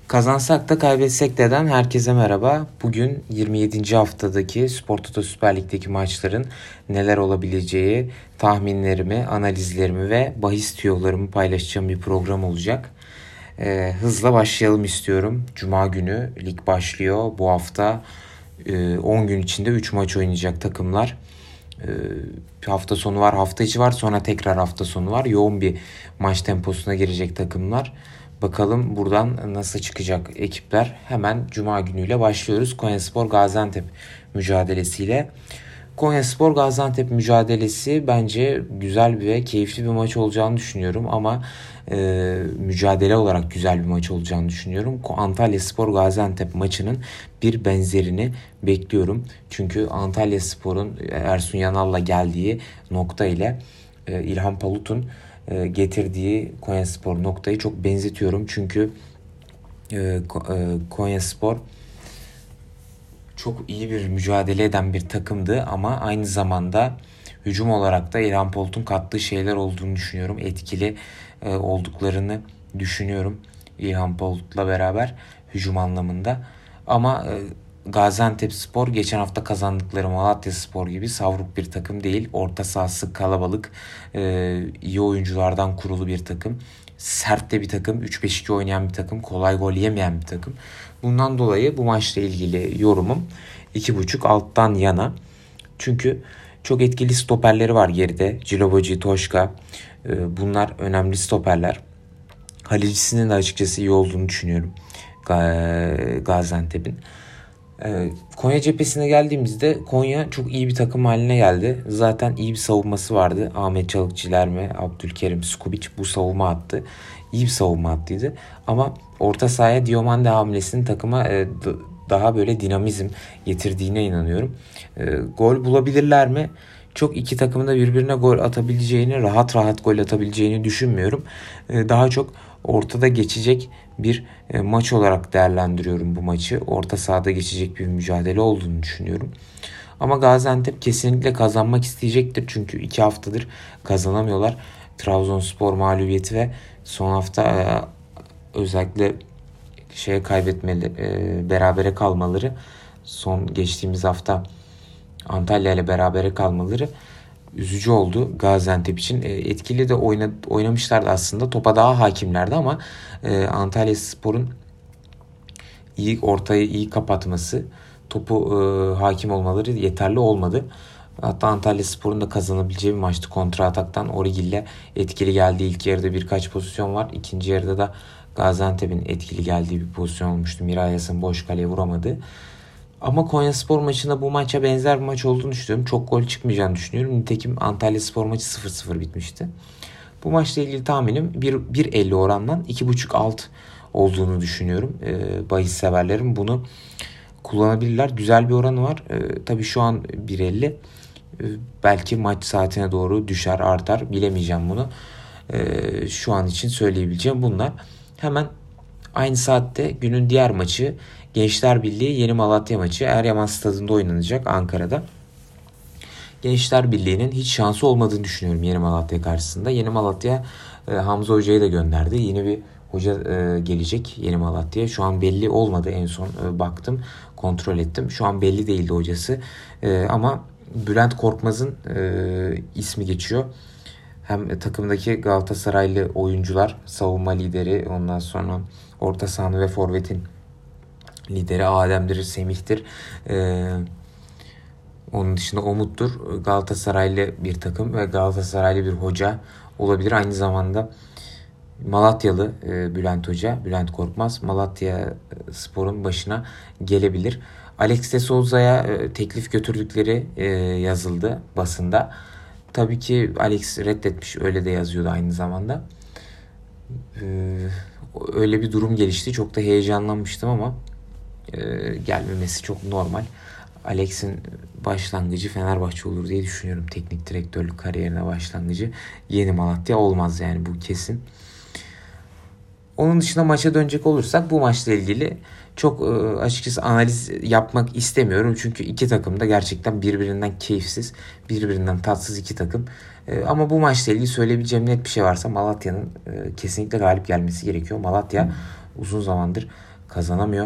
Kazansak da kaybetsek de'den herkese merhaba. Bugün 27. haftadaki Spor Toto Süper Lig'deki maçların neler olabileceği, tahminlerimi, analizlerimi ve bahis tüyolarımı paylaşacağım bir program olacak. Hızla başlayalım istiyorum. Cuma günü lig başlıyor. Bu hafta 10 gün içinde 3 maç oynayacak takımlar. Hafta sonu var, hafta içi var, sonra tekrar hafta sonu var. Yoğun bir maç temposuna girecek takımlar. Bakalım buradan nasıl çıkacak ekipler. Hemen Cuma günüyle başlıyoruz. Konyaspor Gaziantep mücadelesiyle. Konyaspor Gaziantep mücadelesi bence güzel ve keyifli bir maç olacağını düşünüyorum. Ama mücadele olarak güzel bir maç olacağını düşünüyorum. Antalyaspor Gaziantep maçının bir benzerini bekliyorum. Çünkü Antalyaspor'un Ersun Yanal'la geldiği nokta ile İlhan Palut'un getirdiği Konyaspor noktayı çok benzetiyorum. Çünkü Konyaspor çok iyi bir mücadele eden bir takımdı ama aynı zamanda hücum olarak da İlhan Palut'un kattığı şeyler olduğunu düşünüyorum. Etkili olduklarını düşünüyorum İlhan Palut'la beraber hücum anlamında. Ama Gaziantepspor geçen hafta kazandıkları Malatyaspor gibi savruk bir takım değil. Orta sahası kalabalık, iyi oyunculardan kurulu bir takım. Sert de bir takım, 3-5-2 oynayan bir takım, kolay gol yemeyen bir takım. Bundan dolayı bu maçla ilgili yorumum 2.5 alttan yana. Çünkü çok etkili stoperleri var geride. Ciloboji, Toşka, bunlar önemli stoperler. Kalecisinin de açıkçası iyi olduğunu düşünüyorum Gaziantep'in. Konya cephesine geldiğimizde Konya çok iyi bir takım haline geldi. Zaten iyi bir savunması vardı. Ahmet Çalık, Cilerme, Abdülkerim, Skubic bu savunma attı. İyi bir savunma hattıydı. Ama orta sahaya Diomande hamlesinin takıma daha böyle dinamizm getirdiğine inanıyorum. Gol bulabilirler mi? Çok iki takımın da birbirine gol atabileceğini, rahat gol atabileceğini düşünmüyorum. Daha çok ortada geçecek bir maç olarak değerlendiriyorum bu maçı. Orta sahada geçecek bir mücadele olduğunu düşünüyorum. Ama Gaziantep kesinlikle kazanmak isteyecektir. Çünkü 2 haftadır kazanamıyorlar. Trabzonspor mağlubiyeti ve son hafta özellikle berabere kalmaları, son geçtiğimiz hafta Antalya ile berabere kalmaları üzücü oldu Gaziantep için. Etkili de oynamışlardı aslında. Topa daha hakimlerdi ama Antalyaspor'un ortayı iyi kapatması, topu hakim olmaları yeterli olmadı. Hatta Antalyaspor'un da kazanabileceği bir maçtı. Kontra ataktan Origil'le etkili geldiği ilk yarıda birkaç pozisyon var. İkinci yarıda da Gaziantep'in etkili geldiği bir pozisyon olmuştu. Miray Yasın boş kaleye vuramadı. Ama Konyaspor maçında bu maça benzer bir maç olduğunu düşünüyorum. Çok gol çıkmayacağını düşünüyorum. Nitekim Antalyaspor maçı 0-0 bitmişti. Bu maçla ilgili tahminim 1.50 orandan 2.5 alt olduğunu düşünüyorum. Bahis severlerim bunu kullanabilirler. Güzel bir oranı var. Tabii şu an 1.50. Belki maç saatine doğru düşer, artar. Bilemeyeceğim bunu. Şu an için söyleyebileceğim bunlar. Hemen aynı saatte günün diğer maçı Gençler Birliği Yeni Malatya maçı Eryaman Stadı'nda oynanacak Ankara'da. Gençler Birliği'nin hiç şansı olmadığını düşünüyorum Yeni Malatya karşısında. Yeni Malatya Hamza Hoca'yı da gönderdi. Yeni bir hoca gelecek Yeni Malatya'ya. Şu an belli olmadı, en son baktım, kontrol ettim. Şu an belli değildi hocası. Ama Bülent Korkmaz'ın ismi geçiyor. Hem takımdaki Galatasaraylı oyuncular, savunma lideri, ondan sonra orta sahanı ve forvetin lideri Adem'dir, Semih'tir. Onun dışında Umut'tur. Galatasaraylı bir takım ve Galatasaraylı bir hoca olabilir. Aynı zamanda Malatyalı Bülent Hoca, Bülent Korkmaz, Malatya Spor'un başına gelebilir. Alex de Souza'ya teklif götürdükleri yazıldı basında. Tabii ki Alex reddetmiş, öyle de yazıyordu aynı zamanda. Öyle bir durum gelişti. Çok da heyecanlanmıştım ama gelmemesi çok normal. Alex'in başlangıcı Fenerbahçe olur diye düşünüyorum. Teknik direktörlük kariyerine başlangıcı Yeni Malatya olmaz, yani bu kesin. Onun dışında maça dönecek olursak bu maçla ilgili çok açıkçası analiz yapmak istemiyorum. Çünkü iki takım da gerçekten birbirinden keyifsiz, birbirinden tatsız iki takım. Ama bu maçla ilgili söyleyebileceğim net bir şey varsa Malatya'nın kesinlikle galip gelmesi gerekiyor. Malatya uzun zamandır kazanamıyor.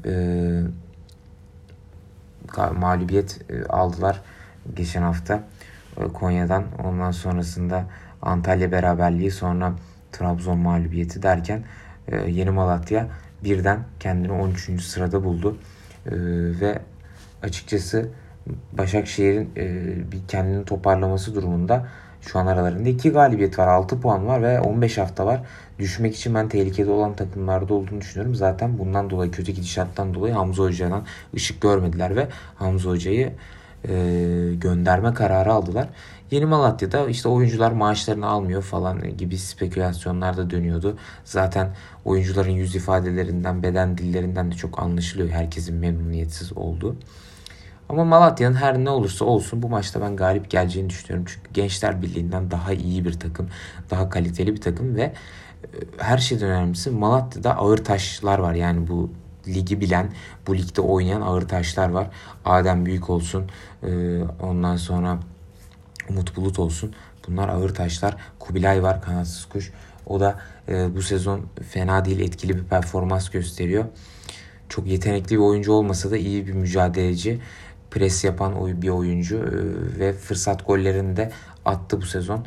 Mağlubiyet aldılar geçen hafta Konya'dan. Ondan sonrasında Antalya beraberliği, sonra Trabzon mağlubiyeti derken Yeni Malatya birden kendini 13. sırada buldu. Ve açıkçası Başakşehir'in bir kendini toparlaması durumunda şu an aralarında 2 galibiyet var, 6 puan var ve 15 hafta var. Düşmek için ben tehlikede olan takımlarda olduğunu düşünüyorum. Zaten bundan dolayı, kötü gidişattan dolayı Hamza Hoca'dan ışık görmediler ve Hamza Hoca'yı gönderme kararı aldılar. Yeni Malatya'da işte oyuncular maaşlarını almıyor falan gibi spekülasyonlar da dönüyordu. Zaten oyuncuların yüz ifadelerinden, beden dillerinden de çok anlaşılıyor herkesin memnuniyetsiz olduğu. Ama Malatya'nın her ne olursa olsun bu maçta ben galip geleceğini düşünüyorum. Çünkü Gençler Birliği'nden daha iyi bir takım, daha kaliteli bir takım ve her şeyden önemlisi Malatya'da ağır taşlar var. Yani bu ligi bilen, bu ligde oynayan ağır taşlar var. Adem Büyük olsun, ondan sonra Umut Bulut olsun. Bunlar ağır taşlar. Kubilay var, kanatsız kuş. O da bu sezon fena değil, etkili bir performans gösteriyor. Çok yetenekli bir oyuncu olmasa da iyi bir mücadeleci, pres yapan bir oyuncu ve fırsat gollerini de attı bu sezon.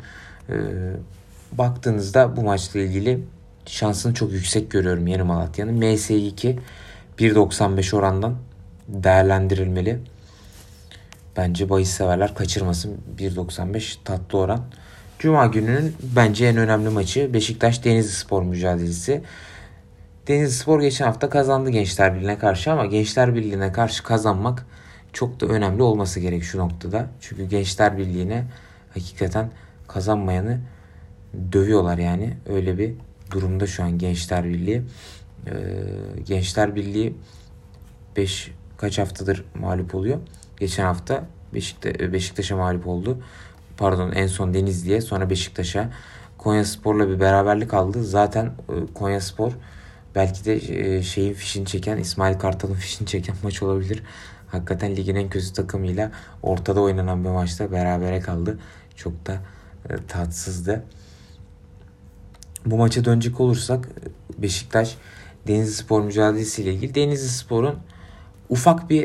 Baktığınızda bu maçla ilgili şansını çok yüksek görüyorum Yeni Malatya'nın. MS2 1.95 orandan değerlendirilmeli. Bence bahis severler kaçırmasın. 1.95 tatlı oran. Cuma gününün bence en önemli maçı Beşiktaş Denizlispor mücadelesi. Denizlispor geçen hafta kazandı Gençler Birliği'ne karşı ama Gençler Birliği'ne karşı kazanmak çok da önemli olması gerek şu noktada. Çünkü Gençler Birliği'ne hakikaten kazanmayanı dövüyorlar yani. Öyle bir durumda şu an Gençler Birliği. Gençler Birliği kaç haftadır mağlup oluyor. Geçen hafta Beşiktaş'a mağlup oldu. Pardon, en son Denizli'ye, sonra Beşiktaş'a. Konyaspor'la bir beraberlik aldı. Zaten Konyaspor belki de şeyin fişini çeken, İsmail Kartal'ın fişini çeken maç olabilir. Hakikaten ligin en kötü takımıyla ortada oynanan bir maçta berabere kaldı. Çok da tatsızdı. Bu maça dönecek olursak Beşiktaş Denizlispor mücadelesiyle ilgili, Denizlispor'un ufak bir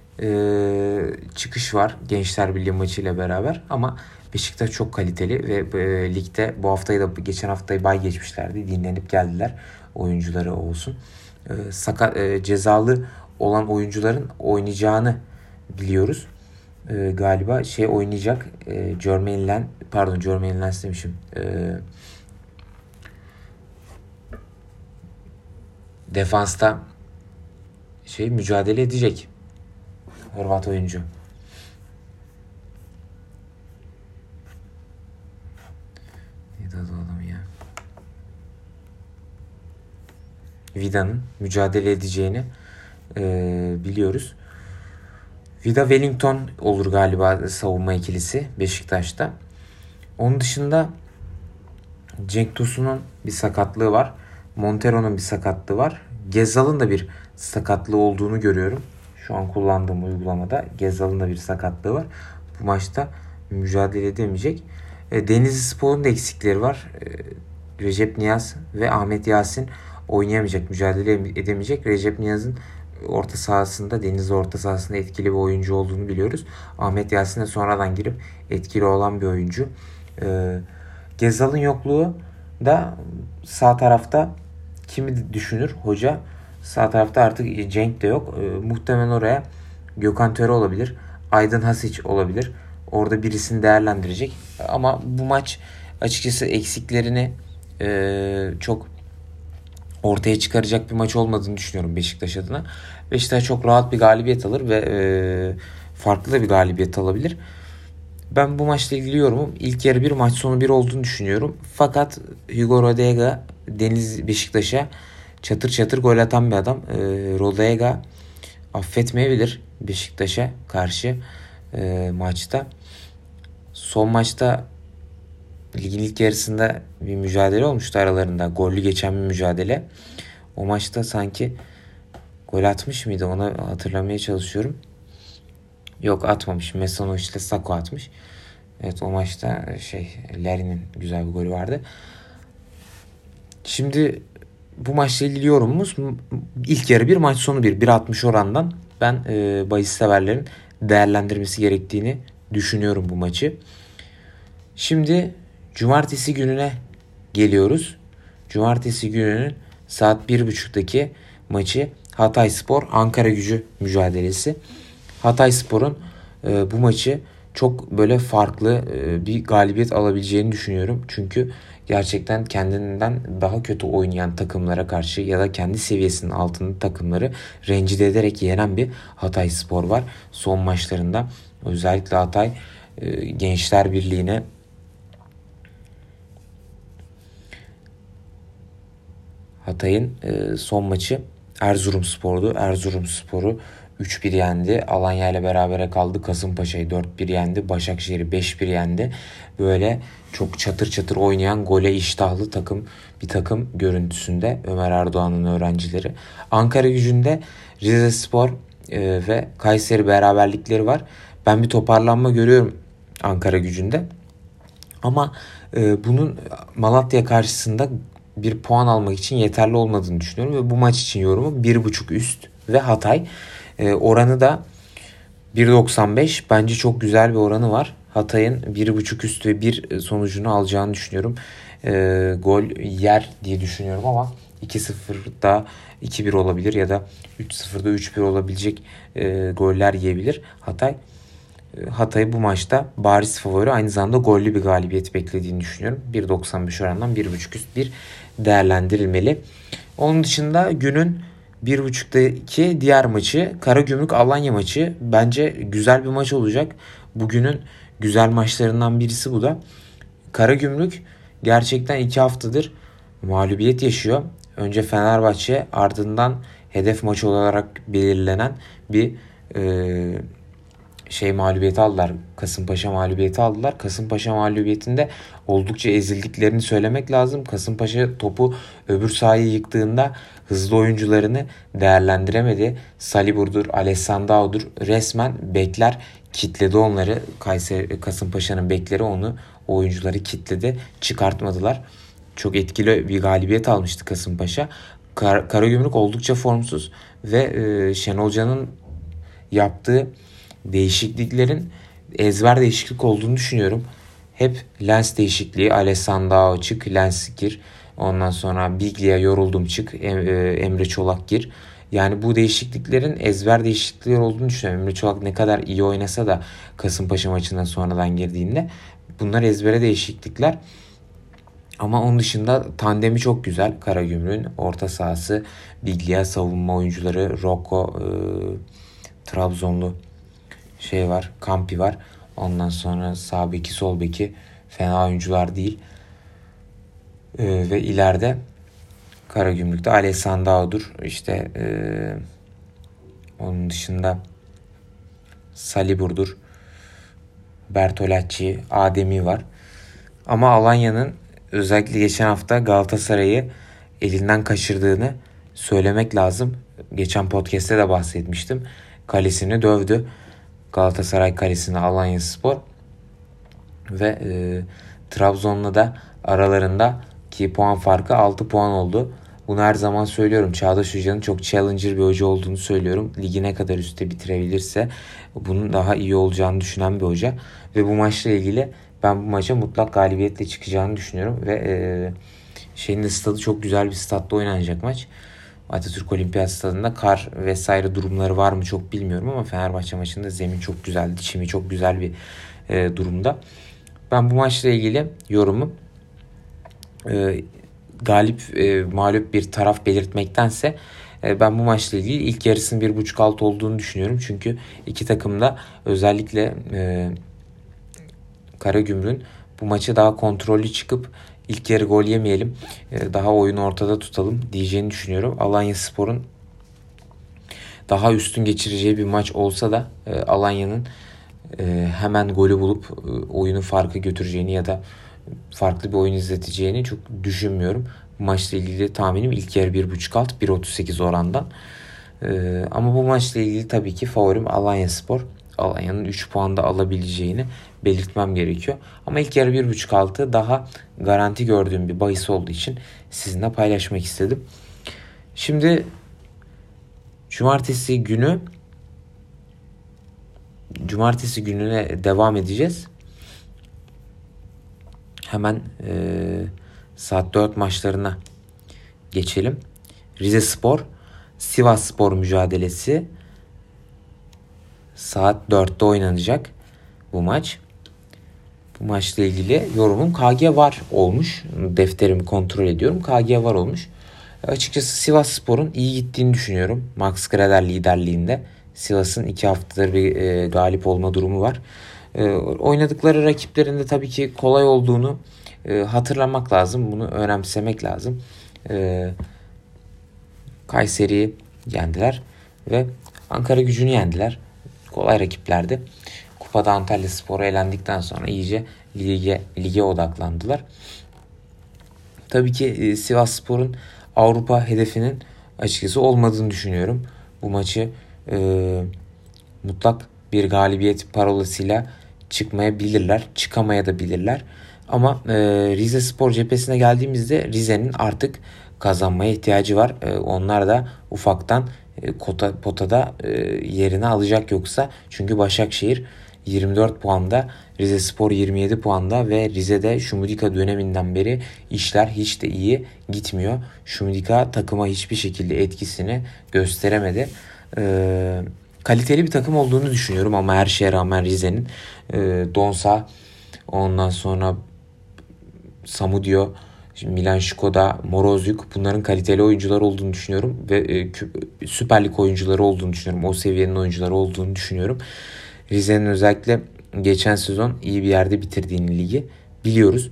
çıkış var Gençler Birliği maçıyla beraber ama Beşiktaş çok kaliteli ve ligde bu haftayı da geçen haftayı bay geçmişlerdi. Dinlenip geldiler oyuncuları olsun. Cezalı olan oyuncuların oynayacağını biliyoruz. Galiba oynayacak. Jermaine Lens demişim. Defansta mücadele edecek. Hırvat oyuncu. Neydi adı adam ya? Vida'nın mücadele edeceğini biliyoruz. Vida Wellington olur galiba savunma ikilisi Beşiktaş'ta. Onun dışında Cenk Tosun'un bir sakatlığı var. Montero'nun bir sakatlığı var. Gezzal'ın da bir sakatlığı olduğunu görüyorum. Şu an kullandığım uygulamada Gezzal'ın da bir sakatlığı var. Bu maçta mücadele edemeyecek. Denizlispor'un da eksikleri var. Recep Niyaz ve Ahmet Yasin oynayamayacak, mücadele edemeyecek. Recep Niyaz'ın Denizli orta sahasında etkili bir oyuncu olduğunu biliyoruz. Ahmet Yasin de sonradan girip etkili olan bir oyuncu. Gezzal'ın yokluğu da sağ tarafta kimi düşünür hoca? Sağ tarafta artık Cenk de yok. Muhtemelen oraya Gökhan Töre olabilir. Aydın Hasic olabilir. Orada birisini değerlendirecek. Ama bu maç açıkçası eksiklerini çok ortaya çıkaracak bir maç olmadığını düşünüyorum Beşiktaş adına. Beşiktaş çok rahat bir galibiyet alır ve farklı da bir galibiyet alabilir. Ben bu maçla ilgili yorumum ilk yarı 1, maç sonu 1 olduğunu düşünüyorum. Fakat Hugo Rodallega Beşiktaş'a çatır çatır gol atan bir adam. Rodallega affetmeyebilir Beşiktaş'a karşı maçta. Son maçta ligin ilk yarısında bir mücadele olmuştu aralarında. Gollü geçen bir mücadele. O maçta sanki gol atmış mıydı? Onu hatırlamaya çalışıyorum. Yok, atmamış. Mesanovic ile Sako atmış. Evet, o maçta Larin'in güzel bir golü vardı. Şimdi bu maçla ilgili yorumumuz ilk yarı 1, maç sonu 1. 1.60 orandan ben bahis severlerin değerlendirmesi gerektiğini düşünüyorum bu maçı. Şimdi cumartesi gününe geliyoruz. Cumartesi gününün saat 1.30'daki maçı Hatayspor Ankaragücü mücadelesi. Hatayspor'un bu maçı çok böyle farklı bir galibiyet alabileceğini düşünüyorum. Çünkü gerçekten kendinden daha kötü oynayan takımlara karşı ya da kendi seviyesinin altında takımları rencide ederek yenen bir Hatayspor var. Son maçlarında özellikle Hatay Gençler Birliği'ne Hatay'ın son maçı Erzurumspor'du. Erzurumspor'u 3-1 yendi. Alanya ile berabere kaldı. Kasımpaşa'yı 4-1 yendi. Başakşehir'i 5-1 yendi. Böyle çok çatır çatır oynayan, gole iştahlı bir takım görüntüsünde Ömer Erdoğan'ın öğrencileri. Ankaragücü'nde Rizespor ve Kayseri beraberlikleri var. Ben bir toparlanma görüyorum Ankaragücü'nde. Ama bunun Malatya karşısında bir puan almak için yeterli olmadığını düşünüyorum. Ve bu maç için yorumu 1.5 üst ve Hatay. Oranı da 1.95. Bence çok güzel bir oranı var. Hatay'ın 1.5 üst ve 1 sonucunu alacağını düşünüyorum. Gol yer diye düşünüyorum ama 2-0'da 2-1 olabilir ya da 3-0'da 3-1 olabilecek goller yiyebilir Hatay. Hatay bu maçta bariz favori, aynı zamanda gollü bir galibiyet beklediğini düşünüyorum. 1.95 orandan 1.5 üst bir değerlendirilmeli. Onun dışında günün 1.5'daki diğer maçı Karagümrük Alanya maçı. Bence güzel bir maç olacak. Bugünün güzel maçlarından birisi bu da. Karagümrük gerçekten 2 haftadır mağlubiyet yaşıyor. Önce Fenerbahçe, ardından hedef maçı olarak belirlenen bir mağlubiyeti aldılar. Kasımpaşa mağlubiyeti aldılar. Kasımpaşa mağlubiyetinde oldukça ezildiklerini söylemek lazım. Kasımpaşa topu öbür sahayı yıktığında hızlı oyuncularını değerlendiremedi. Salibur'dur, Alessandro'dur. Resmen bekler kitledi onları. Kasımpaşa'nın bekleri o oyuncuları kitledi. Çıkartmadılar. Çok etkili bir galibiyet almıştı Kasımpaşa. Karagümrük oldukça formsuz ve Şenol Hoca'nın yaptığı değişikliklerin ezber değişiklik olduğunu düşünüyorum. Hep lens değişikliği, Alessandro çık, lens gir. Ondan sonra Biglia yoruldum çık, Emre Çolak gir. Yani bu değişikliklerin ezber değişiklikler olduğunu düşünüyorum. Emre Çolak ne kadar iyi oynasa da Kasımpaşa maçından sonradan girdiğinde bunlar ezbere değişiklikler. Ama onun dışında tandemi çok güzel. Karagümrük'ün orta sahası, Biglia, savunma oyuncuları, Rocco, Trabzonlu var, Kampi var. Ondan sonra sağ beki, sol beki fena oyuncular değil. Ve ileride Karagümrük'te Alessandro'dur. Onun dışında Salibur'dur. Bertolacci, Ademi var. Ama Alanya'nın özellikle geçen hafta Galatasaray'ı elinden kaçırdığını söylemek lazım. Geçen podcast'te de bahsetmiştim. Kalesini dövdü. Galatasaray kalesine Alanyaspor ve Trabzon'la da aralarındaki puan farkı 6 puan oldu. Bunu her zaman söylüyorum. Çağdaş Hoca'nın çok challenger bir hoca olduğunu söylüyorum. Ligi ne kadar üstte bitirebilirse bunun daha iyi olacağını düşünen bir hoca. Ve bu maçla ilgili ben bu maça mutlak galibiyetle çıkacağını düşünüyorum. Ve stadı çok güzel bir statta oynanacak maç. Atatürk Olimpiyat Stadı'nda kar vesaire durumları var mı çok bilmiyorum ama Fenerbahçe maçında zemin çok güzeldi. Çimi çok güzel bir durumda. Ben bu maçla ilgili yorumum mağlup bir taraf belirtmektense ben bu maçla ilgili ilk yarısının 1.5 alt olduğunu düşünüyorum. Çünkü iki takım da özellikle Karagümrük'ün bu maçı daha kontrollü çıkıp İlk yarı gol yemeyelim, daha oyunu ortada tutalım diyeceğini düşünüyorum. Alanyaspor'un daha üstün geçireceği bir maç olsa da Alanya'nın hemen golü bulup oyunu farkı götüreceğini ya da farklı bir oyun izleteceğini çok düşünmüyorum. Bu maçla ilgili tahminim ilk yarı 1.5 alt, 1.38 orandan. Ama bu maçla ilgili tabii ki favorim Alanyaspor. Alanya'nın 3 puan da alabileceğini belirtmem gerekiyor. Ama ilk yarı 1.5 altı daha garanti gördüğüm bir bahis olduğu için sizinle paylaşmak istedim. Şimdi cumartesi gününe devam edeceğiz. Hemen saat 4 maçlarına geçelim. Rizespor, Sivasspor mücadelesi saat 4'te oynanacak bu maç. Bu maçla ilgili yorumum KG var olmuş. Defterimi kontrol ediyorum. KG var olmuş. Açıkçası Sivasspor'un iyi gittiğini düşünüyorum. Max Greder liderliğinde. Sivas'ın 2 haftadır bir galip olma durumu var. Oynadıkları rakiplerinde tabii ki kolay olduğunu hatırlamak lazım. Bunu önemsemek lazım. Kayseri'yi yendiler ve Ankara Gücü'nü yendiler. Kolay rakiplerdi. Kupada Antalyaspor'a elendikten sonra iyice lige odaklandılar. Tabii ki Sivasspor'un Avrupa hedefinin açıkçası olmadığını düşünüyorum. Bu maçı mutlak bir galibiyet parolasıyla çıkamayabilirler. Ama Rizespor cephesine geldiğimizde Rize'nin artık kazanmaya ihtiyacı var. Onlar da ufaktan potada yerini alacak yoksa. Çünkü Başakşehir 24 puanda, Rizespor 27 puanda ve Rize'de Şumudika döneminden beri işler hiç de iyi gitmiyor. Şumudika takıma hiçbir şekilde etkisini gösteremedi. Kaliteli bir takım olduğunu düşünüyorum ama her şeye rağmen Rize'nin Donsa, ondan sonra Samudio, Milan Škoda, Morozyuk, bunların kaliteli oyuncular olduğunu düşünüyorum ve Süper Lig oyuncuları olduğunu düşünüyorum. O seviyenin oyuncuları olduğunu düşünüyorum. Rize'nin özellikle geçen sezon iyi bir yerde bitirdiğini ligi biliyoruz.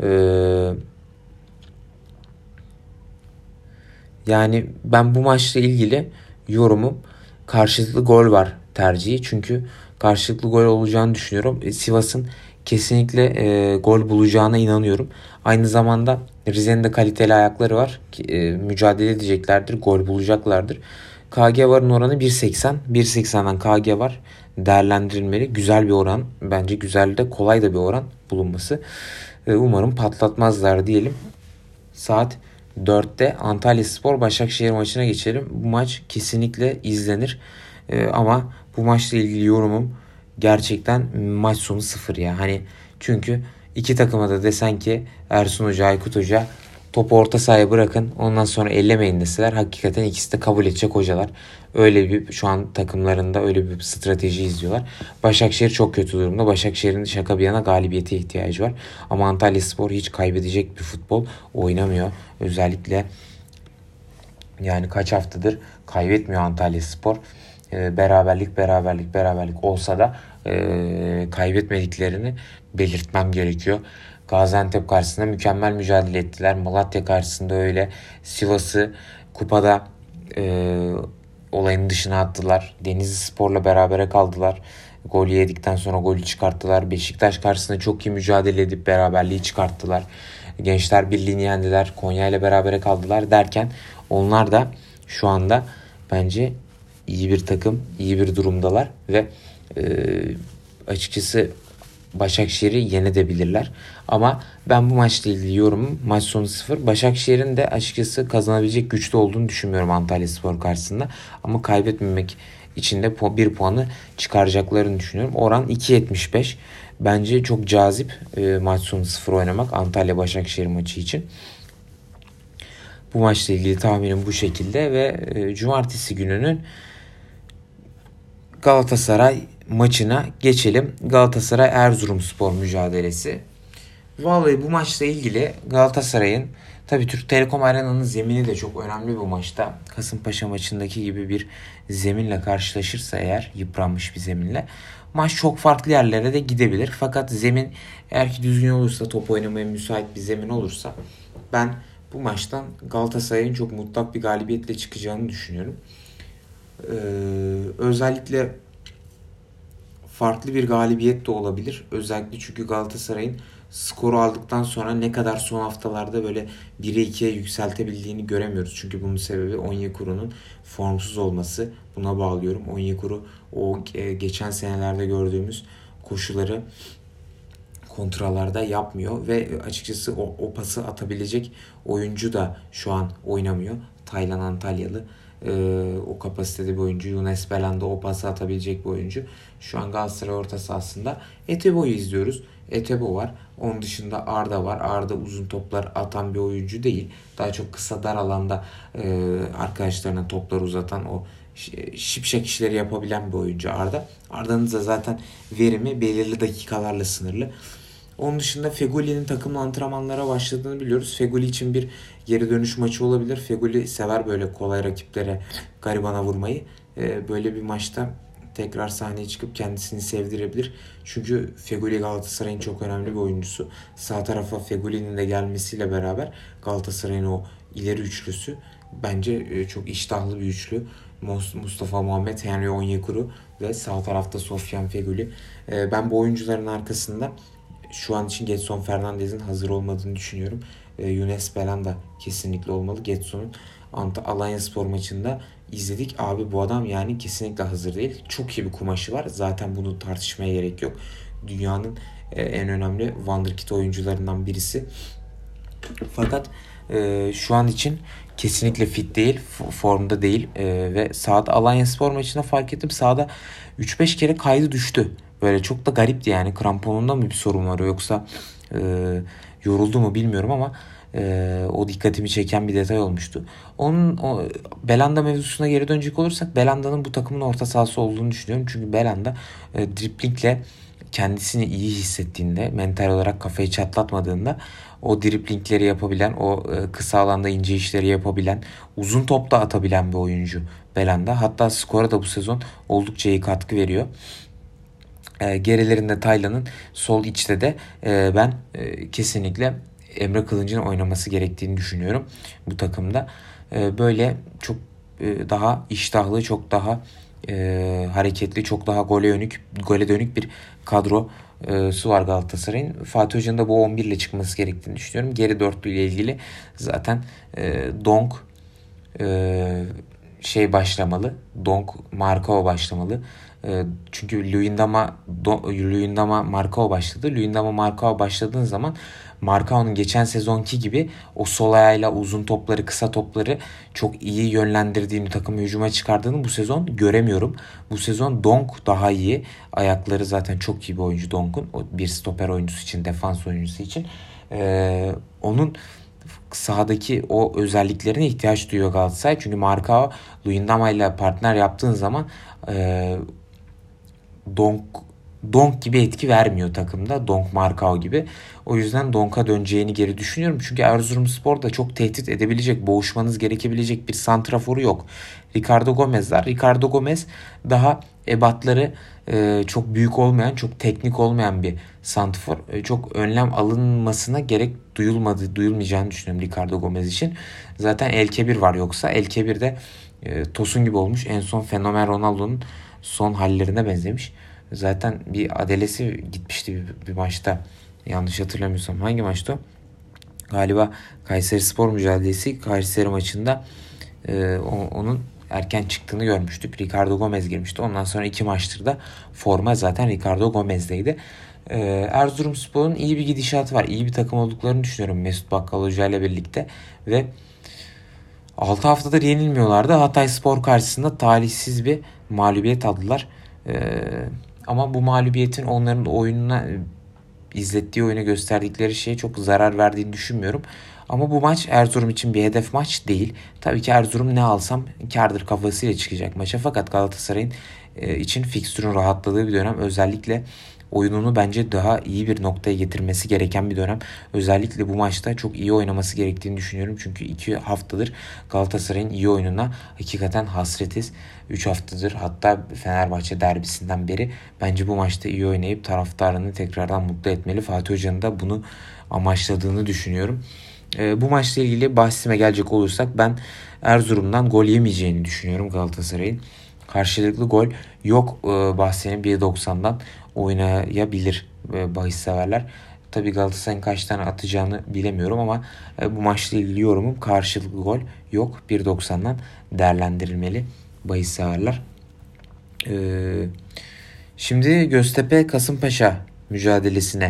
Yani ben bu maçla ilgili yorumum karşılıklı gol var tercihi. Çünkü karşılıklı gol olacağını düşünüyorum. Sivas'ın kesinlikle gol bulacağına inanıyorum. Aynı zamanda Rize'nin de kaliteli ayakları var. Mücadele edeceklerdir. Gol bulacaklardır. KG varın oranı 1.80. 1.80'den KG var değerlendirilmeli. Güzel bir oran. Bence güzel de kolay da bir oran bulunması. Umarım patlatmazlar diyelim. Saat 4'te Antalyaspor Başakşehir maçına geçelim. Bu maç kesinlikle izlenir. Ama bu maçla ilgili yorumum gerçekten maç sonu 0 ya. Hani çünkü iki takıma da desen ki Ersun Hoca, Aykut Hoca topu orta sahaya bırakın, ondan sonra ellemeyin deseler hakikaten ikisi de kabul edecek hocalar. Öyle bir şu an takımlarında öyle bir strateji izliyorlar. Başakşehir çok kötü durumda. Başakşehir'in şaka bir yana galibiyete ihtiyacı var. Ama Antalyaspor hiç kaybedecek bir futbol oynamıyor. Özellikle yani kaç haftadır kaybetmiyor Antalyaspor. Beraberlik olsa da kaybetmediklerini belirtmem gerekiyor. Gaziantep karşısında mükemmel mücadele ettiler. Malatya karşısında öyle. Sivas'ı kupada olayın dışına attılar. Denizlispor'la berabere kaldılar. Golü yedikten sonra golü çıkarttılar. Beşiktaş karşısında çok iyi mücadele edip beraberliği çıkarttılar. Gençler Birliği'ni yendiler. Konya ile berabere kaldılar derken onlar da şu anda bence iyi bir takım, iyi bir durumdalar ve açıkçası Başakşehir'i yenebilirler. Ama ben bu maçla ilgili yorumum maç sonu 0. Başakşehir'in de açıkçası kazanabilecek güçte olduğunu düşünmüyorum Antalyaspor karşısında. Ama kaybetmemek için de bir puanı çıkaracaklarını düşünüyorum. Oran 2.75. Bence çok cazip maç sonu 0 oynamak Antalya Başakşehir maçı için. Bu maçla ilgili tahminim bu şekilde ve cumartesi gününün Galatasaray maçına geçelim. Galatasaray Erzurumspor mücadelesi. Vallahi bu maçla ilgili Galatasaray'ın tabii Türk Telekom Arena'nın zemini de çok önemli bu maçta. Kasımpaşa maçındaki gibi bir zeminle karşılaşırsa eğer, yıpranmış bir zeminle, maç çok farklı yerlere de gidebilir. Fakat zemin eğer ki düzgün olursa, top oynamaya müsait bir zemin olursa ben bu maçtan Galatasaray'ın çok mutlak bir galibiyetle çıkacağını düşünüyorum. Özellikle farklı bir galibiyet de olabilir. Özellikle çünkü Galatasaray'ın skoru aldıktan sonra ne kadar son haftalarda böyle 1'e 2'ye yükseltebildiğini göremiyoruz. Çünkü bunun sebebi Onyekuru'nun formsuz olması. Buna bağlıyorum. Onyekuru o geçen senelerde gördüğümüz koşuları kontralarda yapmıyor ve açıkçası o pası atabilecek oyuncu da şu an oynamıyor. Taylan Antalyalı o kapasitede bir oyuncu. Younes Belhanda o pası atabilecek bir oyuncu. Şu an Galatasaray orta sahasında Etebo'yu izliyoruz. Etebo var. Onun dışında Arda var. Arda uzun toplar atan bir oyuncu değil. Daha çok kısa dar alanda arkadaşlarına toplar uzatan, o şipşak işleri yapabilen bir oyuncu Arda. Arda'nın da zaten verimi belirli dakikalarla sınırlı. Onun dışında Fegoli'nin takımla antrenmanlara başladığını biliyoruz. Fegoli için bir geri dönüş maçı olabilir. Fegoli sever böyle kolay rakiplere garibana vurmayı. Böyle bir maçta tekrar sahneye çıkıp kendisini sevdirebilir. Çünkü Fegoli Galatasaray'ın çok önemli bir oyuncusu. Sağ tarafa Fegoli'nin de gelmesiyle beraber Galatasaray'ın o ileri üçlüsü bence çok iştahlı bir üçlü. Mustafa Muhammed, Henry Onyekuru ve sağ tarafta Sofyan Fegoli. Ben bu oyuncuların arkasında şu an için Gedson Fernandez'in hazır olmadığını düşünüyorum. Younes Belhanda kesinlikle olmalı. Gedson'un Alanyaspor maçında izledik. Abi bu adam yani kesinlikle hazır değil. Çok iyi bir kumaşı var. Zaten bunu tartışmaya gerek yok. Dünyanın en önemli wonderkid oyuncularından birisi. Fakat şu an için kesinlikle fit değil. Formda değil. Ve sahada Alanyaspor maçında fark ettim. Sahada 3-5 kere kaydı düştü. Böyle çok da garipti yani. Kramponunda mı bir sorun var yoksa yoruldu mu bilmiyorum ama o dikkatimi çeken bir detay olmuştu. O Belhanda mevzusuna geri dönecek olursak Belhanda'nın bu takımın orta sahası olduğunu düşünüyorum. Çünkü Belhanda driplingle kendisini iyi hissettiğinde, mental olarak kafayı çatlatmadığında o driplingleri yapabilen, o kısa alanda ince işleri yapabilen, uzun top da atabilen bir oyuncu Belhanda. Hatta skora da bu sezon oldukça iyi katkı veriyor. Gerilerinde Taylan'ın, sol içte de ben kesinlikle Emre Kılınç'ın oynaması gerektiğini düşünüyorum bu takımda. Böyle çok daha iştahlı, çok daha hareketli, çok daha gole dönük bir kadrosu var Galatasaray'ın. Fatih Hoca'nın da bu 11 ile çıkması gerektiğini düşünüyorum. Geri dörtlü ile ilgili zaten Donk başlamalı. Donk Markao başlamalı. Çünkü Luyendama Markao başladı. Luyendama Markao başladığın zaman Markao'nun geçen sezonki gibi o sol ayağıyla uzun topları, kısa topları çok iyi yönlendirdiğini, takımı hücuma çıkardığını bu sezon göremiyorum. Bu sezon Donk daha iyi. Ayakları zaten çok iyi bir oyuncu Donk'un. O bir stoper oyuncusu için, defans oyuncusu için. Onun sahadaki o özelliklerine ihtiyaç duyuyor Galatasaray. Çünkü Markao Luyendama ile partner yaptığın zaman Donk gibi etki vermiyor takımda. Donk Markao gibi. O yüzden Donk'a döneceğini geri düşünüyorum. Çünkü Erzurumspor da çok tehdit edebilecek, boğuşmanız gerekebilecek bir santraforu yok. Ricardo Gomez var. Ricardo Gomez daha ebatları çok büyük olmayan, çok teknik olmayan bir santrafor. Çok önlem alınmasına gerek duyulmayacağını düşünüyorum Ricardo Gomez için. Zaten El Kebir var, yoksa El Kebir de Tosun gibi olmuş. En son fenomen Ronaldo'nun son hallerine benzemiş. Zaten bir adelesi gitmişti bir maçta. Yanlış hatırlamıyorsam. Hangi maçta? Galiba Kayserispor mücadelesi. Kayseri maçında onun erken çıktığını görmüştük. Ricardo Gomez girmişti. Ondan sonra 2 maçtır da forma zaten Ricardo Gomez'deydi. Erzurumspor'un iyi bir gidişatı var. İyi bir takım olduklarını düşünüyorum Mesut Bakkal Hoca ile birlikte. Ve 6 haftadır yenilmiyorlardı. Hatayspor karşısında talihsiz bir mağlubiyet aldılar. Ama bu mağlubiyetin onların oyununa, izlettiği oyunu, gösterdikleri şeye çok zarar verdiğini düşünmüyorum. Ama bu maç Erzurum için bir hedef maç değil. Tabii ki Erzurum ne alsam kârdır kafasıyla çıkacak maça. Fakat Galatasaray'ın için fikstürün rahatladığı bir dönem. Özellikle oyununu bence daha iyi bir noktaya getirmesi gereken bir dönem. Özellikle bu maçta çok iyi oynaması gerektiğini düşünüyorum. Çünkü 2 haftadır Galatasaray'ın iyi oyununa hakikaten hasretiz. 3 haftadır, hatta Fenerbahçe derbisinden beri bence bu maçta iyi oynayıp taraftarını tekrardan mutlu etmeli. Fatih Hoca'nın da bunu amaçladığını düşünüyorum. Bu maçla ilgili bahsime gelecek olursak ben Erzurum'dan gol yemeyeceğini düşünüyorum Galatasaray'ın. Karşılıklı gol yok bahsinin 1.90'dan oynayabilir bahis severler. Tabii Galatasaray'ın kaç tane atacağını bilemiyorum ama bu maçla ilgili yorumum karşılıklı gol yok. 1.90'dan değerlendirilmeli bahis severler. Şimdi Göztepe Kasımpaşa mücadelesine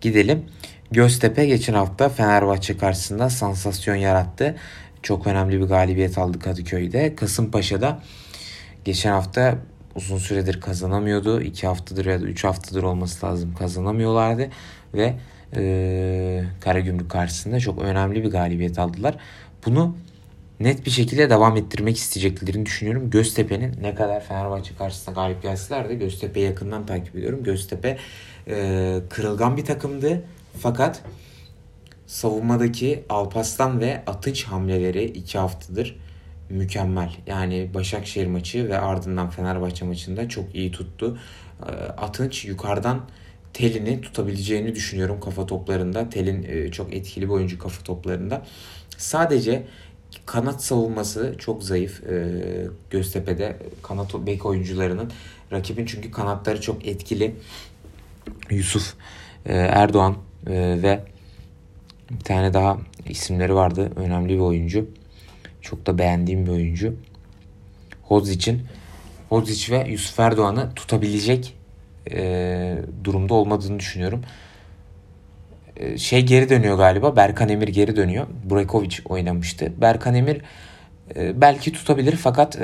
gidelim. Göztepe geçen hafta Fenerbahçe karşısında sansasyon yarattı. Çok önemli bir galibiyet aldı Kadıköy'de. Kasımpaşa'da geçen hafta uzun süredir kazanamıyordu. 2 haftadır ya da 3 haftadır olması lazım kazanamıyorlardı. Ve Karagümrük karşısında çok önemli bir galibiyet aldılar. Bunu net bir şekilde devam ettirmek isteyeceklerini düşünüyorum. Göztepe'nin ne kadar Fenerbahçe karşısında galip gelseler de Göztepe'yi yakından takip ediyorum. Göztepe kırılgan bir takımdı. Fakat savunmadaki Alparslan ve Atınç hamleleri 2 haftadır mükemmel. Yani Başakşehir maçı ve ardından Fenerbahçe maçında çok iyi tuttu. Atınç yukarıdan Telin'i tutabileceğini düşünüyorum kafa toplarında. Telin çok etkili bir oyuncu kafa toplarında. Sadece kanat savunması çok zayıf Göztepe'de. Kanat bek oyuncularının. Rakibin çünkü kanatları çok etkili. Yusuf Erdoğan ve bir tane daha isimleri vardı. Önemli bir oyuncu. Çok da beğendiğim bir oyuncu. Hodzic ve Yusuf Erdoğan'ı tutabilecek durumda olmadığını düşünüyorum. Geri dönüyor galiba. Berkan Emir geri dönüyor. Burakovic oynamıştı. Berkan Emir belki tutabilir fakat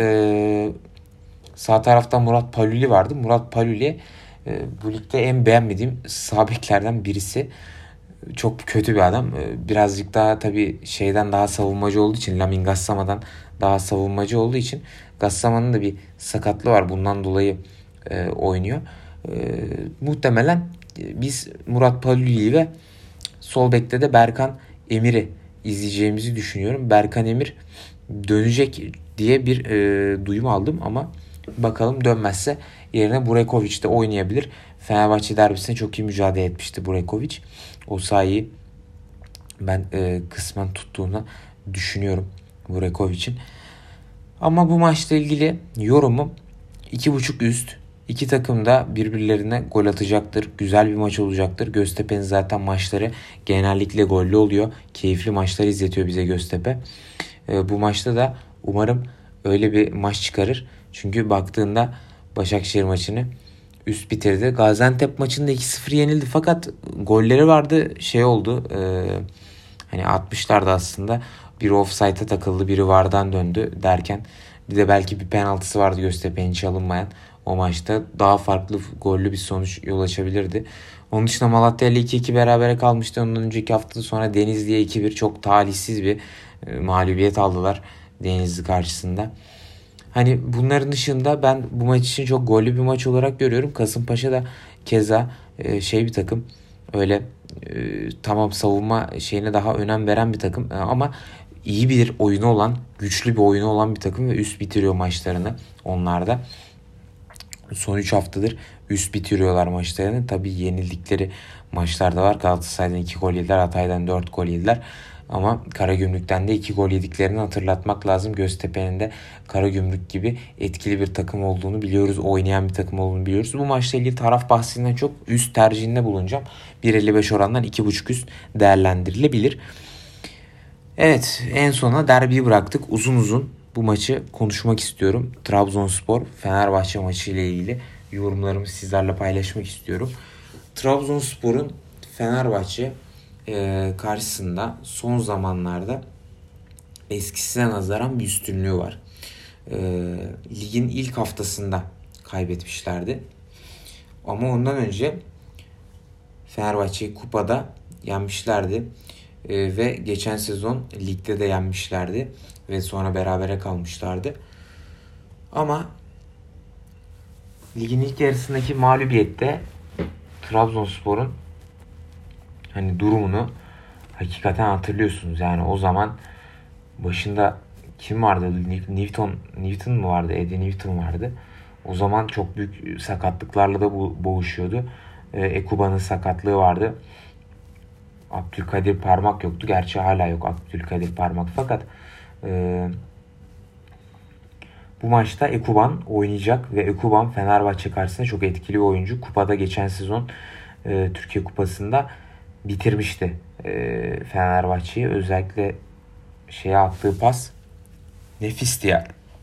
sağ tarafta Murat Paluli vardı. Murat Paluli bu ligde en beğenmediğim sağ beklerden birisi. Çok kötü bir adam. Birazcık daha tabii daha savunmacı olduğu için, Lamine Gassama'dan daha savunmacı olduğu için Gassama'nın da bir sakatlığı var. Bundan dolayı oynuyor. Muhtemelen biz Murat Paluli'yi ve sol bekte de Berkan Emir'i izleyeceğimizi düşünüyorum. Berkan Emir dönecek diye bir duyum aldım ama bakalım, dönmezse yerine Burakovic de oynayabilir. Fenerbahçe derbisinde çok iyi mücadele etmişti Burakovic. O sayıyı ben kısmen tuttuğunu düşünüyorum Burakovic'in. Ama bu maçla ilgili yorumum 2.5 üst. İki takım da birbirlerine gol atacaktır. Güzel bir maç olacaktır. Göztepe'nin zaten maçları genellikle gollü oluyor. Keyifli maçlar izletiyor bize Göztepe. Bu maçta da umarım öyle bir maç çıkarır. Çünkü baktığında Başakşehir maçını üst bitirdi. Gaziantep maçında 2-0 yenildi fakat golleri vardı, oldu. Hani 60'larda aslında biri offside'a takıldı, biri VAR'dan döndü derken bir de belki bir penaltısı vardı Göztepe'nin çalınmayan. O maçta daha farklı gollü bir sonuç yol açabilirdi. Onun dışında Malatya ile 2-2 berabere kalmıştı. Ondan önceki hafta sonra Denizli'ye 2-1 çok talihsiz bir mağlubiyet aldılar Denizli karşısında. Hani bunların dışında ben bu maç için çok gollü bir maç olarak görüyorum. Kasımpaşa da keza bir takım. Öyle tamam, savunma şeyine daha önem veren bir takım ama iyi bir oyunu olan, güçlü bir oyunu olan bir takım ve üst bitiriyor maçlarını onlar da. Son 3 haftadır üst bitiriyorlar maçlarını. Tabii yenildikleri maçlar da var. Galatasaray'dan 2 gol yediler, Hatay'dan 4 gol yediler. Ama Karagümrük'ten de 2 gol yediklerini hatırlatmak lazım. Göztepe'nin de Karagümrük gibi etkili bir takım olduğunu biliyoruz. Oynayan bir takım olduğunu biliyoruz. Bu maçla ilgili taraf bahsinden çok üst tercihinde bulunacağım. 1.55 orandan 2.5 üst değerlendirilebilir. Evet, en sona derbiyi bıraktık. Uzun uzun bu maçı konuşmak istiyorum. Trabzonspor Fenerbahçe maçı ile ilgili yorumlarımı sizlerle paylaşmak istiyorum. Trabzonspor'un Fenerbahçe karşısında son zamanlarda eskisine nazaran bir üstünlüğü var. Ligin ilk haftasında kaybetmişlerdi. Ama ondan önce Fenerbahçe'yi kupada yenmişlerdi. Ve geçen sezon ligde de yenmişlerdi. Ve sonra berabere kalmışlardı. Ama ligin ilk yarısındaki mağlubiyette Trabzonspor'un hani durumunu hakikaten hatırlıyorsunuz. Yani o zaman başında kim vardı? Newton mu vardı? Eddie Newton vardı. O zaman çok büyük sakatlıklarla da boğuşuyordu. Ekuba'nın sakatlığı vardı. Abdülkadir Parmak yoktu. Gerçi hala yok Abdülkadir Parmak. Fakat bu maçta Ekuban oynayacak ve Ekuban Fenerbahçe karşısında çok etkili bir oyuncu. Kupada geçen sezon Türkiye Kupası'nda bitirmişti Fenerbahçe'yi. Özellikle attığı pas nefisti ya.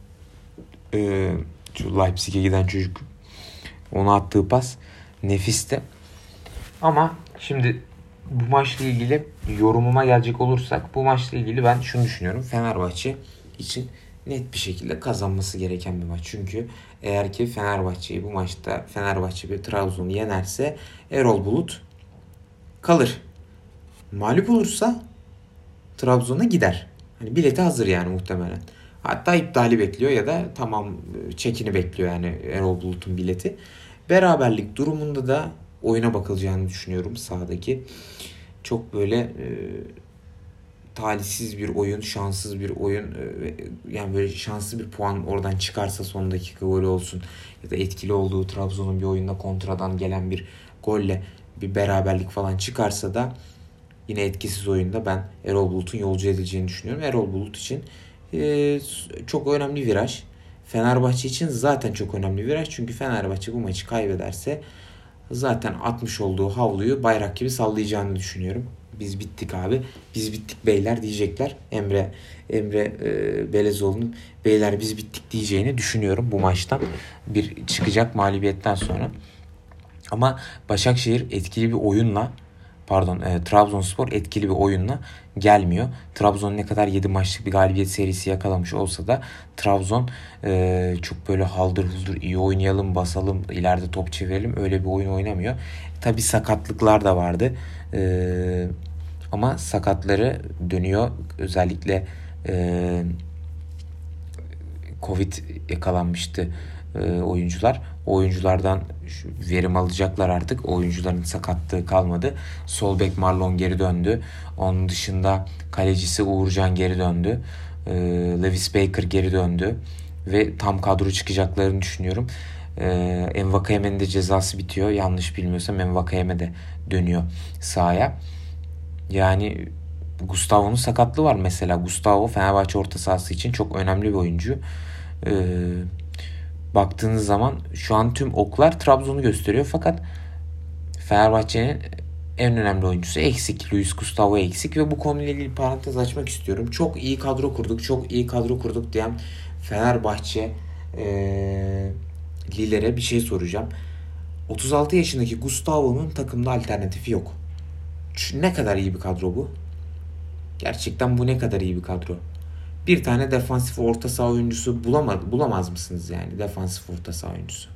Şu Leipzig'e giden çocuk, ona attığı pas nefisti. Ama Şimdi bu maçla ilgili yorumuma gelecek olursak, bu maçla ilgili ben şunu düşünüyorum. Fenerbahçe için net bir şekilde kazanması gereken bir maç. Çünkü eğer ki Fenerbahçe'yi bu maçta Fenerbahçe bir Trabzon'u yenerse Erol Bulut kalır. Mağlup olursa Trabzon'a gider. Hani bileti hazır yani muhtemelen. Hatta iptali bekliyor ya da tamam çekini bekliyor yani Erol Bulut'un bileti. Beraberlik durumunda da oyuna bakılacağını düşünüyorum sahadaki. Çok böyle talihsiz bir oyun, şanssız bir oyun, yani böyle şanslı bir puan oradan çıkarsa son dakika golü olsun ya da etkili olduğu Trabzon'un bir oyunda kontradan gelen bir golle bir beraberlik falan çıkarsa da yine etkisiz oyunda ben Erol Bulut'un yolcu edileceğini düşünüyorum. Erol Bulut için çok önemli viraj. Fenerbahçe için zaten çok önemli viraj. Çünkü Fenerbahçe bu maçı kaybederse zaten atmış olduğu havluyu bayrak gibi sallayacağını düşünüyorum. Biz bittik abi. Biz bittik beyler diyecekler. Emre Belezoğlu'nun beyler biz bittik diyeceğini düşünüyorum bu maçtan. Bir çıkacak mağlubiyetten sonra. Ama Başakşehir etkili bir oyunla Trabzonspor etkili bir oyunla gelmiyor. Trabzon ne kadar 7 maçlık bir galibiyet serisi yakalamış olsa da Trabzon çok böyle haldır huldur iyi oynayalım, basalım, ileride top çevirelim öyle bir oyun oynamıyor. Tabi sakatlıklar da vardı. Ama sakatları dönüyor. Özellikle Covid yakalanmıştı oyuncular. O oyunculardan verim alacaklar artık. O oyuncuların sakatlığı kalmadı. Sol bek Marlon geri döndü. Onun dışında kalecisi Uğurcan geri döndü. Lewis Baker geri döndü. Ve tam kadro çıkacaklarını düşünüyorum. Envakayeme'nin de cezası bitiyor. Yanlış bilmiyorsam Envakayeme de dönüyor sahaya. Yani Gustavo'nun sakatlığı var mesela. Gustavo Fenerbahçe orta sahası için çok önemli bir oyuncu. Baktığınız zaman şu an tüm oklar Trabzon'u gösteriyor. Fakat Fenerbahçe'nin en önemli oyuncusu eksik. Luis Gustavo eksik ve bu konuyla ilgili parantez açmak istiyorum. Çok iyi kadro kurduk diyen Fenerbahçe Lilere bir şey soracağım. 36 yaşındaki Gustavo'nun takımda alternatifi yok. Ne kadar iyi bir kadro bu? Gerçekten bu ne kadar iyi bir kadro? Bir tane defansif orta saha oyuncusu bulamaz mısınız yani? Defansif orta saha oyuncusu.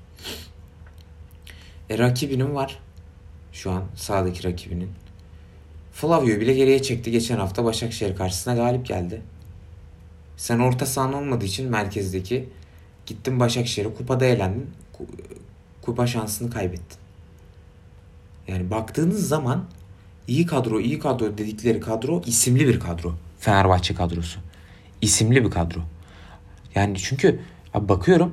Rakibinin var. Şu an sahadaki rakibinin. Flavio bile geriye çekti. Geçen hafta Başakşehir karşısına galip geldi. Sen orta sahan olmadığı için merkezdeki gittin Başakşehir'e kupada elendin. Kupa şansını kaybettin. Yani baktığınız zaman iyi kadro dedikleri kadro isimli bir kadro. Fenerbahçe kadrosu. İsimli bir kadro. Yani çünkü abi bakıyorum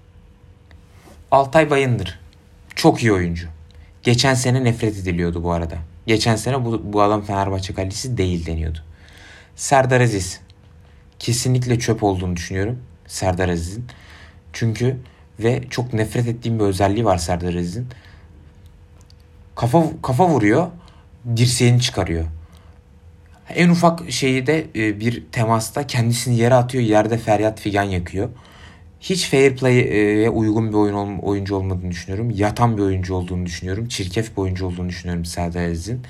Altay Bayındır. Çok iyi oyuncu. Geçen sene nefret ediliyordu bu arada. Geçen sene bu adam Fenerbahçe kalecisi değil deniyordu. Serdar Aziz. Kesinlikle çöp olduğunu düşünüyorum. Serdar Aziz'in. Çünkü ve çok nefret ettiğim bir özelliği var Serdar Aziz'in. Kafa vuruyor. Dirseğini çıkarıyor. En ufak şeyi de bir temasta kendisini yere atıyor. Yerde feryat figan yakıyor. Hiç fair play'e uygun bir oyuncu olmadığını düşünüyorum. Yatan bir oyuncu olduğunu düşünüyorum. Çirkef bir oyuncu olduğunu düşünüyorum Serdar Aziz'in.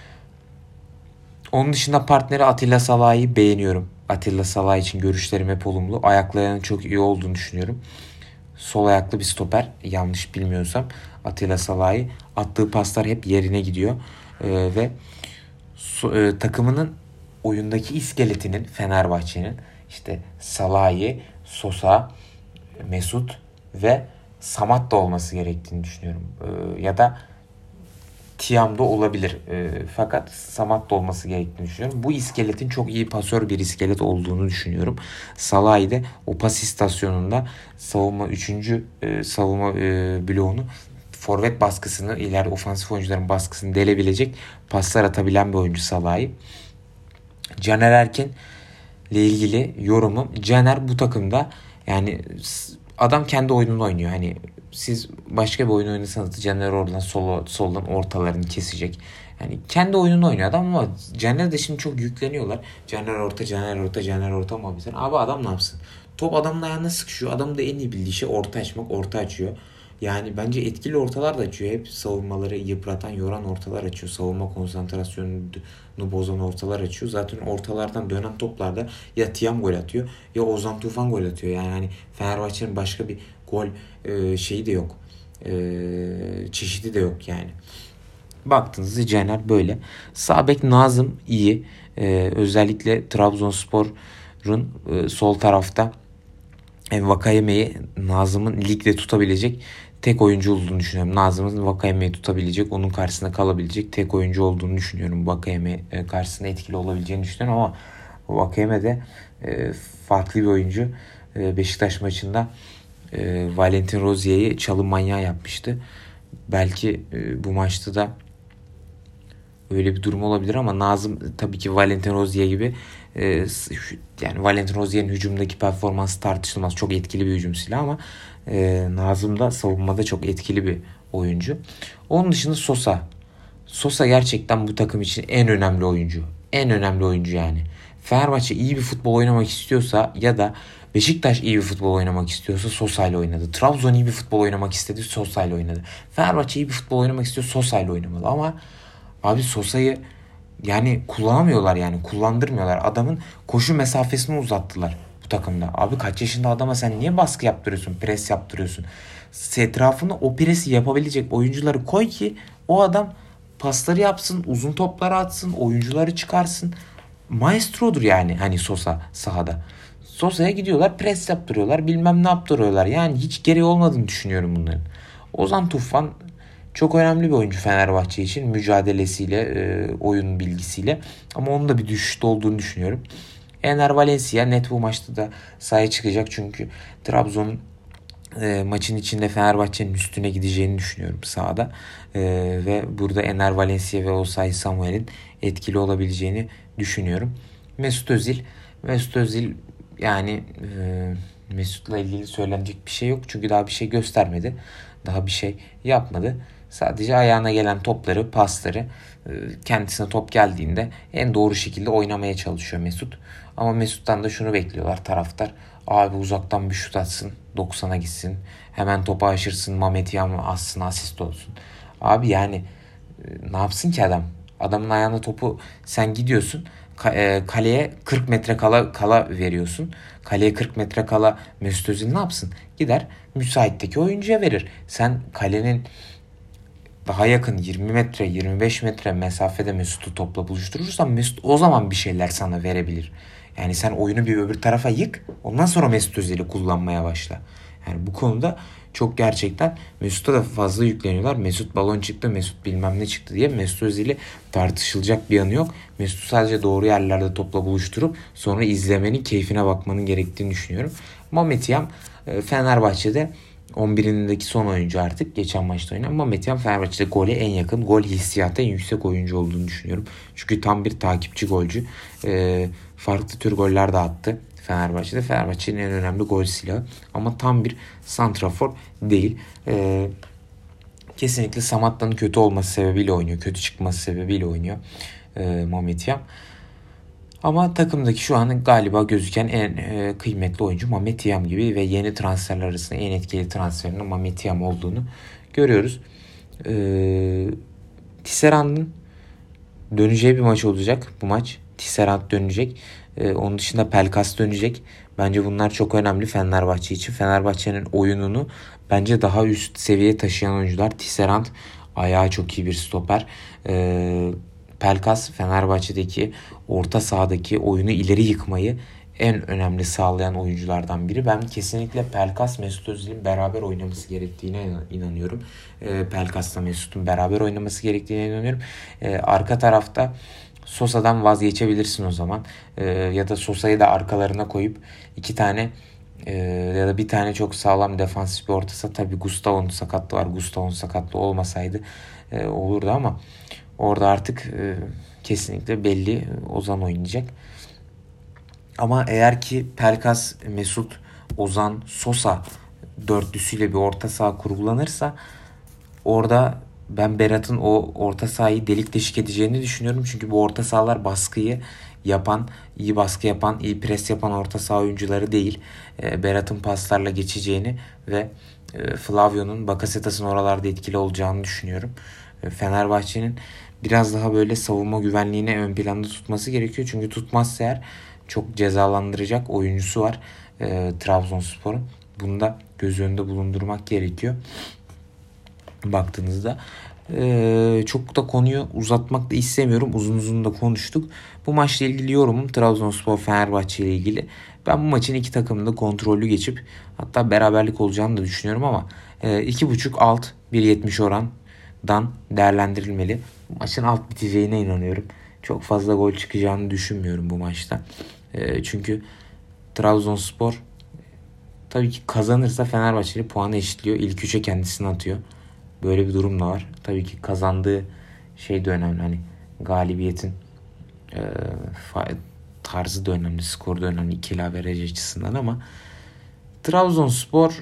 Onun dışında partneri Atilla Salah'ı beğeniyorum. Atilla Salah için görüşlerim hep olumlu. Ayaklarının çok iyi olduğunu düşünüyorum. Sol ayaklı bir stoper. Yanlış bilmiyorsam Atilla Salah'ı attığı paslar hep yerine gidiyor. Ve takımının oyundaki iskeletinin Fenerbahçe'nin işte Salah'ı, Sosa, Mesut ve Samat da olması gerektiğini düşünüyorum. Ya da Tiam'da olabilir. Fakat Samat da olması gerektiğini düşünüyorum. Bu iskeletin çok iyi pasör bir iskelet olduğunu düşünüyorum. Salah'ı da o pas istasyonunda savunma 3. savunma bloğunu forvet baskısını ileride ofansif oyuncuların baskısını delebilecek paslar atabilen bir oyuncu Salah'ı. Caner Erkin ile ilgili yorumum. Caner bu takımda yani adam kendi oyununu oynuyor. Hani siz başka bir oyun oynasanız Caner oradan soldan ortalarını kesecek. Yani kendi oyununu oynuyor adam ama Caner de şimdi çok yükleniyorlar. Caner orta muhabbeti. Abi adam ne yapsın? Top adamın ayağına sıkışıyor. Adamın da en iyi bildiği şey orta açmak. Orta açıyor. Yani bence etkili ortalar da açıyor. Hep savunmaları yıpratan, yoran ortalar açıyor. Savunma konsantrasyonunu bozan ortalar açıyor. Zaten ortalardan dönen toplarda ya Tiam gol atıyor ya Ozan Tufan gol atıyor. Yani hani Fenerbahçe'nin başka bir gol şeyi de yok. Çeşidi de yok yani. Baktığınızda Caner böyle. Sağ bek Nazım iyi. Özellikle Trabzonspor'un sol tarafta Vakayeme'yi Nazım'ın ligde tutabilecek tek oyuncu olduğunu düşünüyorum. Nazım'ın Vakayeme'yi tutabilecek, onun karşısında kalabilecek tek oyuncu olduğunu düşünüyorum. Vakayeme karşısında etkili olabileceğini düşünüyorum ama Vakayeme de farklı bir oyuncu. Beşiktaş maçında Valentin Rozier'i çalım manyağı yapmıştı. Belki bu maçta da öyle bir durum olabilir ama Nazım tabii ki Valentin Rozier gibi yani Valentin Rozier'in hücumdaki performansı tartışılmaz. Çok etkili bir hücum silahı ama Nazım da savunmada çok etkili bir oyuncu. Onun dışında Sosa. Sosa gerçekten bu takım için en önemli oyuncu. En önemli oyuncu yani. Fenerbahçe iyi bir futbol oynamak istiyorsa ya da Beşiktaş iyi bir futbol oynamak istiyorsa Sosa ile oynadı. Trabzon iyi bir futbol oynamak istedi, Sosa ile oynadı. Fenerbahçe iyi bir futbol oynamak istiyor, Sosa ile oynamalı ama abi Sosa'yı yani kullanamıyorlar, yani kullandırmıyorlar. Adamın koşu mesafesini uzattılar bu takımda. Abi kaç yaşında adama sen niye baskı yaptırıyorsun, pres yaptırıyorsun? Etrafına o presi yapabilecek oyuncuları koy ki o adam pasları yapsın, uzun topları atsın, oyuncuları çıkarsın. Maestrodur yani hani Sosa sahada. Sosa'ya gidiyorlar, pres yaptırıyorlar, bilmem ne yaptırıyorlar. Yani hiç gereği olmadığını düşünüyorum bunların. Ozan Tufan çok önemli bir oyuncu Fenerbahçe için, mücadelesiyle, oyun bilgisiyle. Ama onun da bir düşüşte olduğunu düşünüyorum. Ener Valencia net bu maçta da sahaya çıkacak çünkü Trabzon'un maçın içinde Fenerbahçe'nin üstüne gideceğini düşünüyorum sahada. Ve burada Ener Valencia ve Osayi Samuel'in etkili olabileceğini düşünüyorum. Mesut Özil. Mesut Özil yani Mesut'la ilgili söylenecek bir şey yok. Çünkü daha bir şey göstermedi. Daha bir şey yapmadı. Sadece ayağına gelen topları, pasları kendisine top geldiğinde en doğru şekilde oynamaya çalışıyor Mesut. Ama Mesut'tan da şunu bekliyorlar taraftar. Abi uzaktan bir şut atsın, 90'a gitsin. Hemen topu aşırsın, Mehmet Yam atsın, asist olsun. Abi yani ne yapsın ki adam? Adamın ayağına topu sen gidiyorsun. Kaleye 40 metre kala veriyorsun. Kaleye 40 metre kala Mesut Özil ne yapsın? Gider müsaitteki oyuncuya verir. Sen kalenin daha yakın 20 metre 25 metre mesafede Mesut'u topla buluşturursan Mesut o zaman bir şeyler sana verebilir. Yani sen oyunu bir öbür tarafa yık, ondan sonra Mesut Özil'i kullanmaya başla. Yani bu konuda çok gerçekten Mesut'a da fazla yükleniyorlar. Mesut balon çıktı, Mesut bilmem ne çıktı diye Mesut Özil'i tartışılacak bir yanı yok. Mesut sadece doğru yerlerde topla buluşturup sonra izlemenin, keyfine bakmanın gerektiğini düşünüyorum. Mehmet Yam Fenerbahçe'de 11'indeki son oyuncu artık. Geçen maçta oynayan Mehmet Yan Fenerbahçe'de gole en yakın, gol hissiyatı en yüksek oyuncu olduğunu düşünüyorum. Çünkü tam bir takipçi golcü. Farklı tür goller de attı Fenerbahçe'de. Fenerbahçe'nin en önemli gol silahı. Ama tam bir santrafor değil. Kesinlikle Samatta'nın kötü olması sebebiyle oynuyor. Kötü çıkması sebebiyle oynuyor Mehmet Yan. Ama takımdaki şu an galiba gözüken en kıymetli oyuncu Mehmet Yam gibi ve yeni transferler arasında en etkili transferinin Mehmet Yam olduğunu görüyoruz. Tisserand'ın döneceği bir maç olacak bu maç. Tisserand dönecek. Onun dışında Pelkas dönecek. Bence bunlar çok önemli Fenerbahçe için. Fenerbahçe'nin oyununu bence daha üst seviyeye taşıyan oyuncular. Tisserand ayağı çok iyi bir stoper. Pelkas Fenerbahçe'deki orta sahadaki oyunu ileri yıkmayı en önemli sağlayan oyunculardan biri. Ben kesinlikle Pelkas Mesut Özil'in beraber oynaması gerektiğine inanıyorum. Pelkas'la Mesut'un beraber oynaması gerektiğine inanıyorum. Arka tarafta Sosa'dan vazgeçebilirsin o zaman. Ya da Sosa'yı da arkalarına koyup iki tane ya da bir tane çok sağlam defansif bir orta saha. Tabii Gustavo'nun sakatlığı var. Gustavo'nun sakatlığı olmasaydı olurdu ama orada artık kesinlikle belli Ozan oynayacak. Ama eğer ki Pelkas, Mesut, Ozan, Sosa dörtlüsüyle bir orta saha kurgulanırsa orada ben Berat'ın o orta sahayı delik deşik edeceğini düşünüyorum. Çünkü bu orta sahalar baskıyı yapan, iyi baskı yapan, iyi pres yapan orta saha oyuncuları değil. Berat'ın paslarla geçeceğini ve Flavio'nun, Bakasetas'ın oralarda etkili olacağını düşünüyorum. Fenerbahçe'nin biraz daha böyle savunma güvenliğine ön planda tutması gerekiyor. Çünkü tutmazsa eğer çok cezalandıracak oyuncusu var Trabzonspor'un. Bunu da göz önünde bulundurmak gerekiyor. Baktığınızda çok da konuyu uzatmak da istemiyorum. Uzun uzun da konuştuk. Bu maçla ilgili yorumum Trabzonspor Fenerbahçe ile ilgili. Ben bu maçın iki takımın da kontrollü geçip hatta beraberlik olacağını da düşünüyorum ama 2.5 alt 1.70 orandan değerlendirilmeli. Bu maçın alt biteceğine inanıyorum. Çok fazla gol çıkacağını düşünmüyorum bu maçta. Çünkü Trabzonspor tabii ki kazanırsa Fenerbahçeli puanı eşitliyor. İlk üçe kendisini atıyor. Böyle bir durum da var. Tabii ki kazandığı şey de önemli. Hani galibiyetin e, tarzı da önemli. Skor da önemli. İkili averaj açısından ama Trabzonspor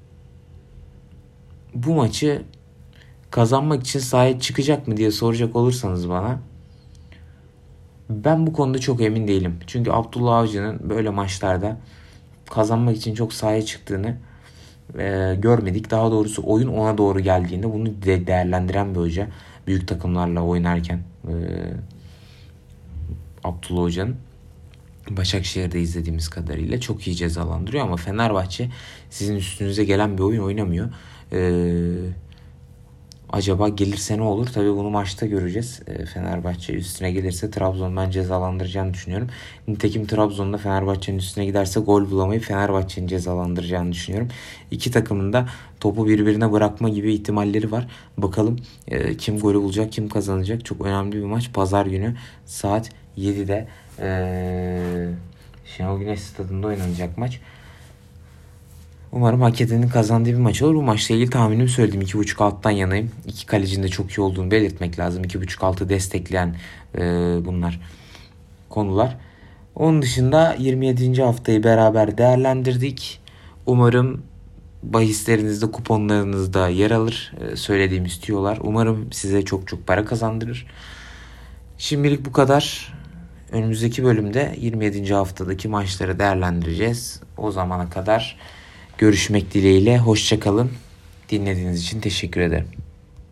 bu maçı kazanmak için sahaya çıkacak mı diye soracak olursanız bana, ben bu konuda çok emin değilim. Çünkü Abdullah Avcı'nın böyle maçlarda kazanmak için çok sahaya çıktığını görmedik. Daha doğrusu oyun ona doğru geldiğinde bunu değerlendiren bir hoca. Büyük takımlarla oynarken Abdullah Hoca'nın Başakşehir'de izlediğimiz kadarıyla çok iyi cezalandırıyor ama Fenerbahçe sizin üstünüze gelen bir oyun oynamıyor. Acaba gelirse ne olur? Tabii bunu maçta göreceğiz. Fenerbahçe üstüne gelirse Trabzon'u ben cezalandıracağını düşünüyorum. Nitekim Trabzon'da Fenerbahçe'nin üstüne giderse gol bulamayıp Fenerbahçe'nin cezalandıracağını düşünüyorum. İki takımın da topu birbirine bırakma gibi ihtimalleri var. Bakalım kim golü bulacak, kim kazanacak? Çok önemli bir maç. Pazar günü saat 7'de Şenol Güneş Stadı'nda oynanacak maç. Umarım hak edenin kazandığı bir maç olur. Bu maçla ilgili tahminimi söyledim. 2.5 alttan yanayım. İki kalecinin de çok iyi olduğunu belirtmek lazım. 2.5 altı destekleyen bunlar konular. Onun dışında 27. haftayı beraber değerlendirdik. Umarım bahislerinizde, kuponlarınızda yer alır. Söylediğimiz tüyolar. Umarım size çok çok para kazandırır. Şimdilik bu kadar. Önümüzdeki bölümde 27. haftadaki maçları değerlendireceğiz. O zamana kadar görüşmek dileğiyle. Hoşça kalın. Dinlediğiniz için teşekkür ederim.